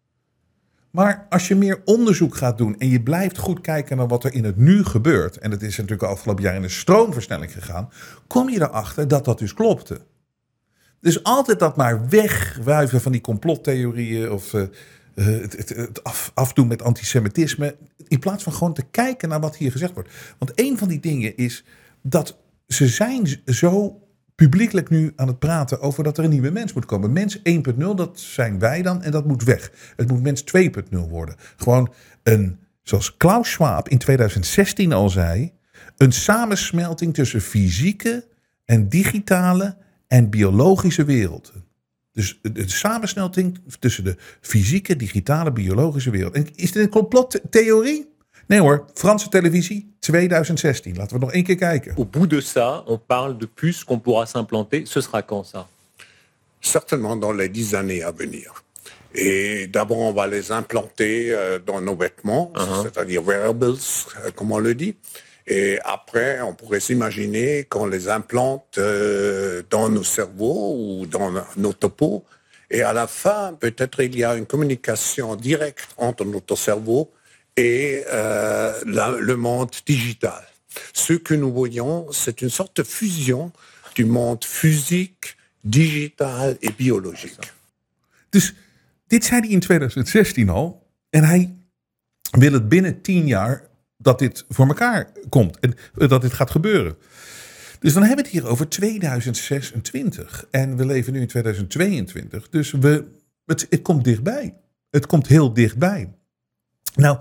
Maar als je meer onderzoek gaat doen en je blijft goed kijken naar wat er in het nu gebeurt, en dat is natuurlijk de afgelopen jaar in een stroomversnelling gegaan, kom je erachter dat dat dus klopte. Dus altijd dat maar wegwuiven van die complottheorieën of het afdoen met antisemitisme, in plaats van gewoon te kijken naar wat hier gezegd wordt. Want een van die dingen is dat ze zijn zo publiekelijk nu aan het praten over dat er een nieuwe mens moet komen. Mens 1.0, dat zijn wij dan en dat moet weg. Het moet mens 2.0 worden. Gewoon zoals Klaus Schwab in 2016 al zei, een samensmelting tussen fysieke en digitale en biologische wereld. Dus de samensmelting tussen de fysieke, digitale, biologische wereld. En is dit een complottheorie? Nee hoor, Franse televisie, 2016. Laten we nog 1 keer kijken. Au bout de ça, on parle de puces qu'on pourra s'implanter. Ce sera quand ça? Certainement dans les 10 années à venir. Et d'abord, on va les implanter dans nos vêtements, c'est-à-dire wearables, comme on le dit. Et après, on pourrait s'imaginer qu'on les implante dans nos cerveaux ou dans nos topos. Et à la fin, peut-être il y a une communication directe entre notre cerveau et le monde digital. Ce que nous voyons, c'est une sorte de fusion du monde physique, digital et biologique. Dus dit zei hij in 2016 al. En hij wil het binnen 10 jaar dat dit voor elkaar komt. En dat dit gaat gebeuren. Dus dan hebben we het hier over 2026. En we leven nu in 2022. Dus het komt dichtbij. Het komt heel dichtbij. Nou,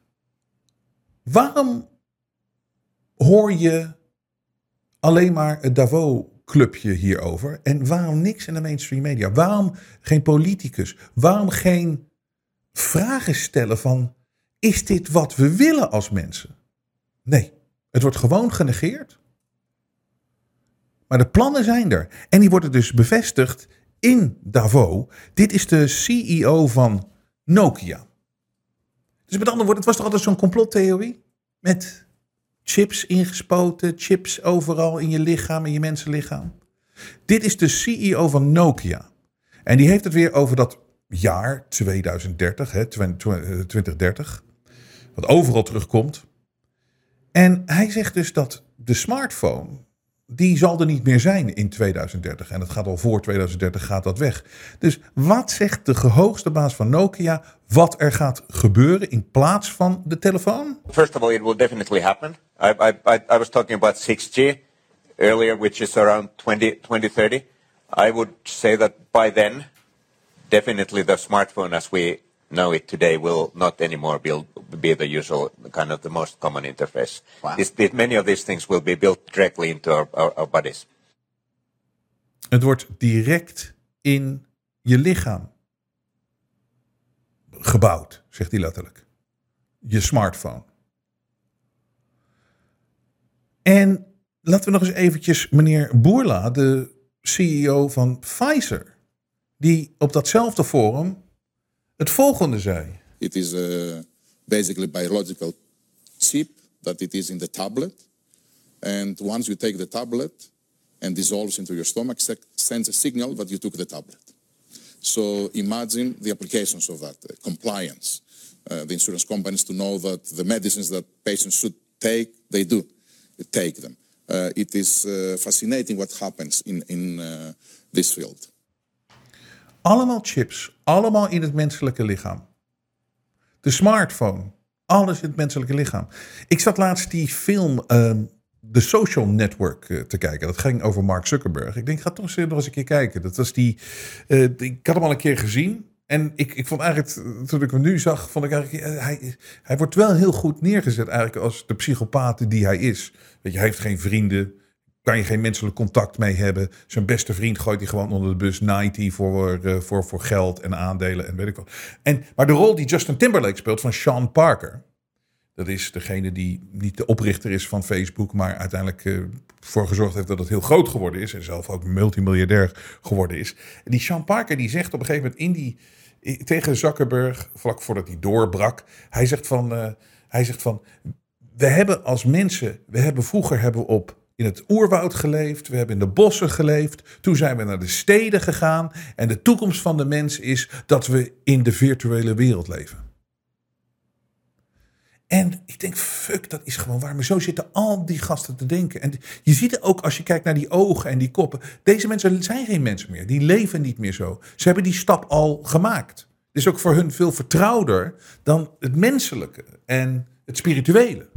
waarom hoor je alleen maar het Davos-clubje hierover? En waarom niks in de mainstream media? Waarom geen politicus? Waarom geen vragen stellen van, is dit wat we willen als mensen? Nee, het wordt gewoon genegeerd. Maar de plannen zijn er. En die worden dus bevestigd in Davos. Dit is de CEO van Nokia. Dus met andere woorden, het was toch altijd zo'n complottheorie? Met chips ingespoten, chips overal in je lichaam, in je mensenlichaam. Dit is de CEO van Nokia. En die heeft het weer over dat jaar 2030, 2030, wat overal terugkomt. En hij zegt dus dat de smartphone, die zal er niet meer zijn in 2030. En dat gaat al voor 2030 gaat dat weg. Dus wat zegt de hoogste baas van Nokia wat er gaat gebeuren in plaats van de telefoon? First of all, it will definitely happen. I was talking about 6G earlier, which is around 2030. I would say that by then, definitely the smartphone as we know it today will not anymore be the usual kind of the most common interface. Wow. Many of these things will be built directly into our bodies. Het wordt direct in je lichaam gebouwd, zegt hij letterlijk. Je smartphone. En laten we nog eens eventjes meneer Bourla, de CEO van Pfizer, die op datzelfde forum het volgende zei. It is basically biological chip that it is in the tablet. And once you take the tablet and dissolves into your stomach, sends a signal that you took the tablet. So imagine the applications of that, compliance. The insurance companies to know that the medicines that patients should take, they do take them. It is fascinating what happens in this field. Allemaal chips, allemaal in het menselijke lichaam. De smartphone, alles in het menselijke lichaam. Ik zat laatst die film The Social Network te kijken. Dat ging over Mark Zuckerberg. Ik denk, ga toch nog eens een keer kijken. Dat was ik had hem al een keer gezien. En ik vond eigenlijk, toen ik hem nu zag, vond ik eigenlijk, hij wordt wel heel goed neergezet eigenlijk als de psychopaat die hij is. Weet je, hij heeft geen vrienden. Kan je geen menselijk contact mee hebben. Zijn beste vriend gooit hij gewoon onder de bus. Naait hij voor geld en aandelen en weet ik wat. Maar de rol die Justin Timberlake speelt van Sean Parker. Dat is degene die niet de oprichter is van Facebook, maar uiteindelijk voor gezorgd heeft dat het heel groot geworden is. En zelf ook multimiljardair geworden is. En die Sean Parker die zegt op een gegeven moment tegen Zuckerberg, vlak voordat hij doorbrak. Hij zegt van we hebben als mensen, vroeger hebben we in het oerwoud geleefd, we hebben in de bossen geleefd. Toen zijn we naar de steden gegaan. En de toekomst van de mens is dat we in de virtuele wereld leven. En ik denk, fuck, dat is gewoon waar. Maar zo zitten al die gasten te denken. En je ziet het ook als je kijkt naar die ogen en die koppen. Deze mensen zijn geen mensen meer. Die leven niet meer zo. Ze hebben die stap al gemaakt. Het is ook voor hun veel vertrouwder dan het menselijke en het spirituele.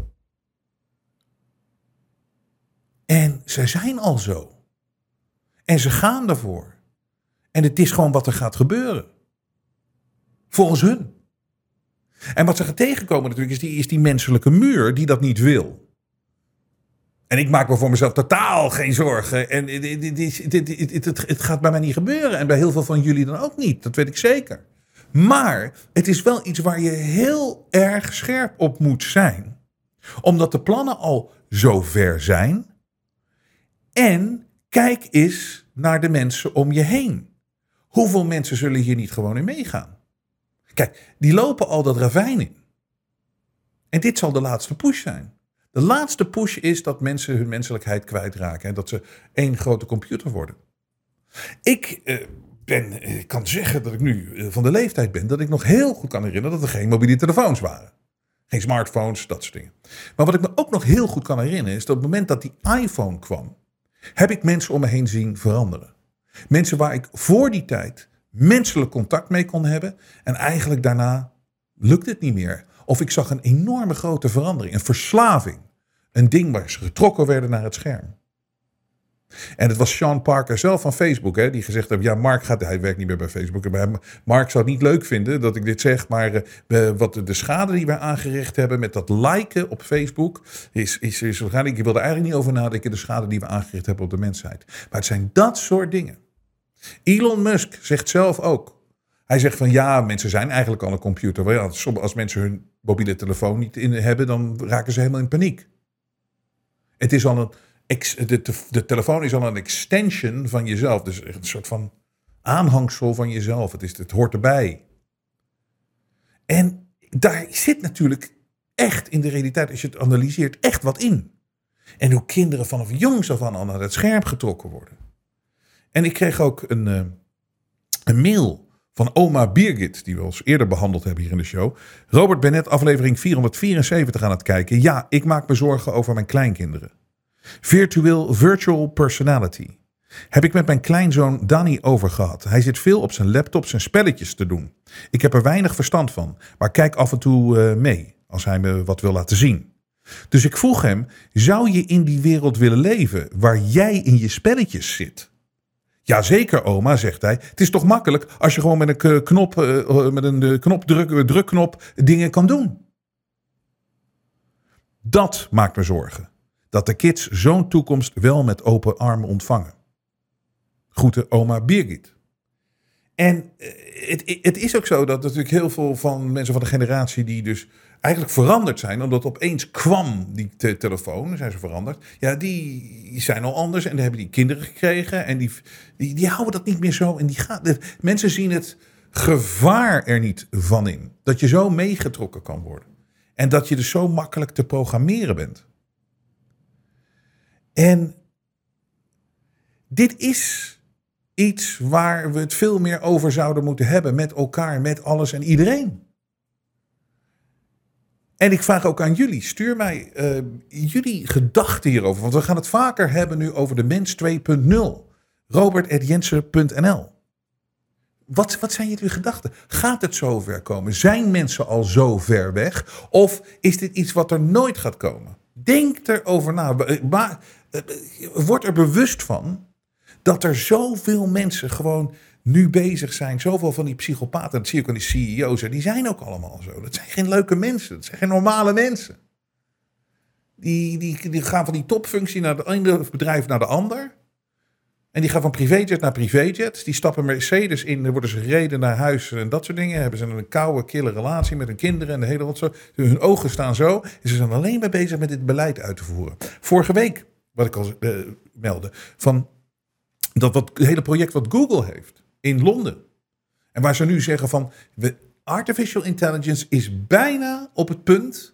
En ze zijn al zo. En ze gaan daarvoor. En het is gewoon wat er gaat gebeuren. Volgens hun. En wat ze gaan tegenkomen natuurlijk is die menselijke muur die dat niet wil. En ik maak me voor mezelf totaal geen zorgen. En het gaat bij mij niet gebeuren. En bij heel veel van jullie dan ook niet. Dat weet ik zeker. Maar het is wel iets waar je heel erg scherp op moet zijn. Omdat de plannen al zo ver zijn. En kijk eens naar de mensen om je heen. Hoeveel mensen zullen hier niet gewoon in meegaan? Kijk, die lopen al dat ravijn in. En dit zal de laatste push zijn. De laatste push is dat mensen hun menselijkheid kwijtraken. En dat ze één grote computer worden. Ik kan zeggen dat ik nu van de leeftijd ben. Dat ik nog heel goed kan herinneren dat er geen mobiele telefoons waren. Geen smartphones, dat soort dingen. Maar wat ik me ook nog heel goed kan herinneren is dat op het moment dat die iPhone kwam. Heb ik mensen om me heen zien veranderen. Mensen waar ik voor die tijd menselijk contact mee kon hebben. En eigenlijk daarna lukte het niet meer. Of ik zag een enorme grote verandering. Een verslaving. Een ding waar ze getrokken werden naar het scherm. En het was Sean Parker zelf van Facebook. Die gezegd heeft, ja, hij werkt niet meer bij Facebook. Mark zou het niet leuk vinden dat ik dit zeg. Maar wat de schade die wij aangericht hebben met dat liken op Facebook. Is waarschijnlijk, ik wil er eigenlijk niet over nadenken. De schade die we aangericht hebben op de mensheid. Maar het zijn dat soort dingen. Elon Musk zegt zelf ook. Hij zegt van ja, mensen zijn eigenlijk al een computer. Als mensen hun mobiele telefoon niet in hebben, dan raken ze helemaal in paniek. Het is al de telefoon is al een extension van jezelf. Dus een soort van aanhangsel van jezelf. Het hoort erbij. En daar zit natuurlijk echt in de realiteit, als je het analyseert, echt wat in. En hoe kinderen vanaf jongs af aan al naar het scherm getrokken worden. En ik kreeg ook een mail van oma Birgit, die we al eerder behandeld hebben hier in de show. Robert, ben net aflevering 474 aan het kijken. Ja, ik maak me zorgen over mijn kleinkinderen. Virtual personality. Heb ik met mijn kleinzoon Danny over gehad. Hij zit veel op zijn laptop zijn spelletjes te doen. Ik heb er weinig verstand van, maar kijk af en toe mee als hij me wat wil laten zien. Dus ik vroeg hem, zou je in die wereld willen leven waar jij in je spelletjes zit? Jazeker, oma, zegt hij. Het is toch makkelijk als je gewoon met een drukknop dingen kan doen. Dat maakt me zorgen. Dat de kids zo'n toekomst wel met open armen ontvangen. Groeten oma Birgit. En het is ook zo dat natuurlijk heel veel van mensen van de generatie die dus eigenlijk veranderd zijn, omdat opeens kwam die telefoon, zijn ze veranderd. Ja, die zijn al anders en die hebben die kinderen gekregen en die houden dat niet meer zo. En mensen zien het gevaar er niet van in. Dat je zo meegetrokken kan worden. En dat je dus zo makkelijk te programmeren bent. En dit is iets waar we het veel meer over zouden moeten hebben met elkaar, met alles en iedereen. En ik vraag ook aan jullie, stuur mij jullie gedachten hierover. Want we gaan het vaker hebben nu over de mens 2.0. Robert@jensen.nl. Wat zijn jullie gedachten? Gaat het zover komen? Zijn mensen al zo ver weg? Of is dit iets wat er nooit gaat komen? Denk erover na. Word er bewust van dat er zoveel mensen gewoon nu bezig zijn. Zoveel van die psychopaten, dat zie je ook aan die CEO's. Die zijn ook allemaal zo. Dat zijn geen leuke mensen. Dat zijn geen normale mensen. Die gaan van die topfunctie naar het ene bedrijf naar de ander. En die gaan van privéjet naar privéjet. Die stappen Mercedes in, dan worden ze gereden naar huis en dat soort dingen. Hebben ze een koude, kille relatie met hun kinderen en de hele rotzooi. Hun ogen staan zo. En ze zijn alleen maar bezig met dit beleid uit te voeren. Vorige week, wat ik al meldde, van het hele project wat Google heeft in Londen. En waar ze nu zeggen van, artificial intelligence is bijna op het punt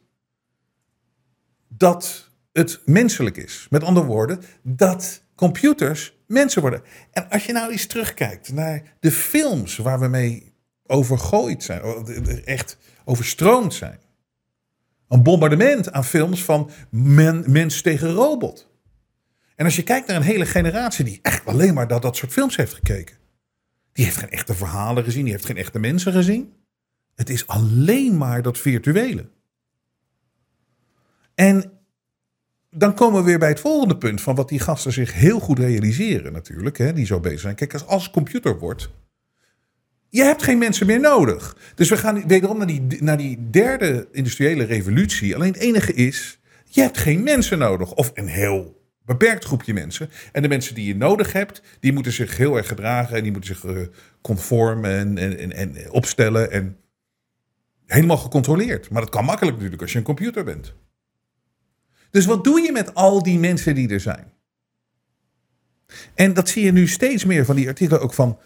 dat het menselijk is. Met andere woorden, dat computers mensen worden. En als je nou eens terugkijkt naar de films waar we mee overgooid zijn, echt overstroomd zijn. Een bombardement aan films van mens tegen robot. En als je kijkt naar een hele generatie die echt alleen maar dat soort films heeft gekeken. Die heeft geen echte verhalen gezien, die heeft geen echte mensen gezien. Het is alleen maar dat virtuele. En dan komen we weer bij het volgende punt van wat die gasten zich heel goed realiseren natuurlijk, hè, die zo bezig zijn. Kijk, als het computer wordt, je hebt geen mensen meer nodig. Dus we gaan wederom naar die derde industriële revolutie. Alleen het enige is, je hebt geen mensen nodig. Of een heel beperkt groepje mensen. En de mensen die je nodig hebt, die moeten zich heel erg gedragen en die moeten zich conform en opstellen en helemaal gecontroleerd. Maar dat kan makkelijk natuurlijk als je een computer bent. Dus wat doe je met al die mensen die er zijn? En dat zie je nu steeds meer van die artikelen ook van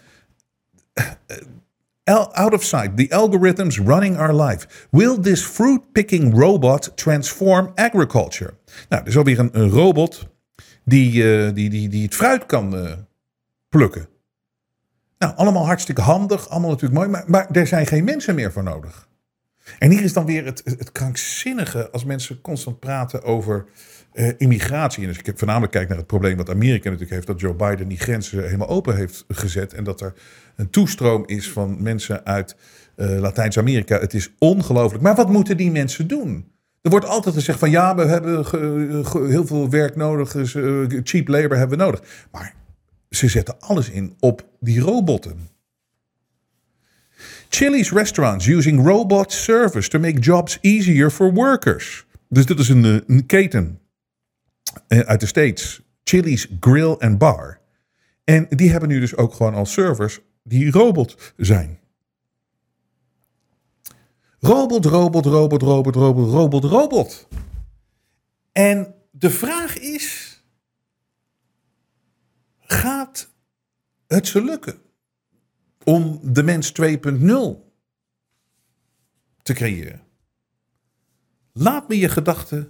out of sight, the algorithms running our life. Will this fruit-picking robot transform agriculture? Nou, er is alweer een robot die het fruit kan plukken. Nou, allemaal hartstikke handig, allemaal natuurlijk mooi, maar er zijn geen mensen meer voor nodig. En hier is dan weer het krankzinnige als mensen constant praten over immigratie. En dus ik voornamelijk kijk naar het probleem wat Amerika natuurlijk heeft, dat Joe Biden die grenzen helemaal open heeft gezet en dat er een toestroom is van mensen uit Latijns-Amerika. Het is ongelooflijk. Maar wat moeten die mensen doen? Er wordt altijd gezegd van ja, we hebben heel veel werk nodig, dus, cheap labor hebben we nodig. Maar ze zetten alles in op die robotten. Chili's restaurants using robot service to make jobs easier for workers. Dus dit is een keten uit de States. Chili's Grill and Bar. En die hebben nu dus ook gewoon al servers die robot zijn. Robot. En de vraag is, gaat het ze lukken om de mens 2.0 te creëren? Laat me je gedachten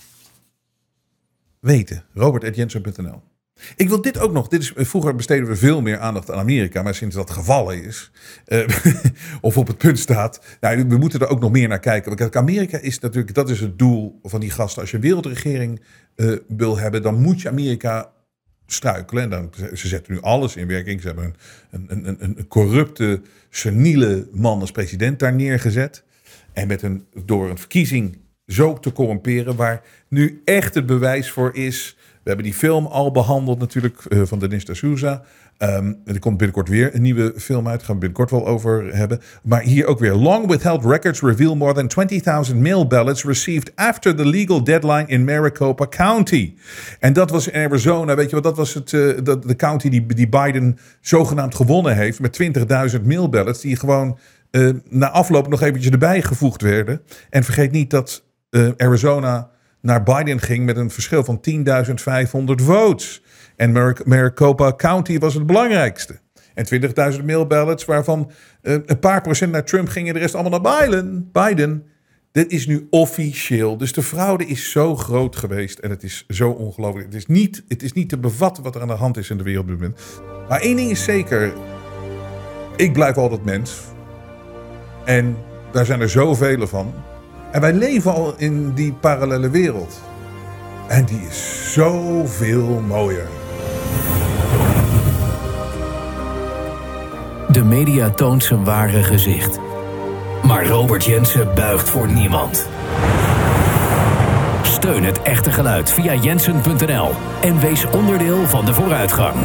weten. Robert@jensen.nl. Ik wil dit ook nog. Vroeger besteden we veel meer aandacht aan Amerika. Maar sinds dat gevallen is. Of op het punt staat. Nou, we moeten er ook nog meer naar kijken. Want Amerika is natuurlijk. Dat is het doel van die gasten. Als je een wereldregering wil hebben. Dan moet je Amerika struikelen. En ze zetten nu alles in werking. Ze hebben een corrupte, seniele man als president daar neergezet. En door een verkiezing zo te corrumperen. Waar nu echt het bewijs voor is. We hebben die film al behandeld natuurlijk van Dinesh D'Souza. Er komt binnenkort weer een nieuwe film uit. Daar gaan we binnenkort wel over hebben. Maar hier ook weer. Long withheld records reveal more than 20,000 mail ballots received after the legal deadline in Maricopa County. En dat was in Arizona. Weet je wat? Dat was de county die Biden zogenaamd gewonnen heeft. Met 20.000 mail ballots. Die gewoon na afloop nog eventjes erbij gevoegd werden. En vergeet niet dat Arizona naar Biden ging met een verschil van 10.500 votes. En Maricopa County was het belangrijkste. En 20.000 mail ballots, waarvan een paar procent naar Trump gingen, de rest allemaal naar Biden. Dit is nu officieel. Dus de fraude is zo groot geweest en het is zo ongelooflijk. Het is niet te bevatten wat er aan de hand is in de wereld op dit moment. Maar één ding is zeker. Ik blijf altijd mens. En daar zijn er zoveel van. En wij leven al in die parallele wereld. En die is zoveel mooier. De media toont zijn ware gezicht. Maar Robert Jensen buigt voor niemand. Steun het echte geluid via jensen.nl. En wees onderdeel van de vooruitgang.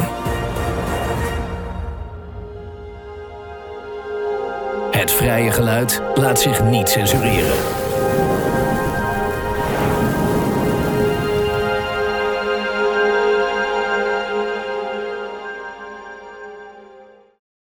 Het vrije geluid laat zich niet censureren.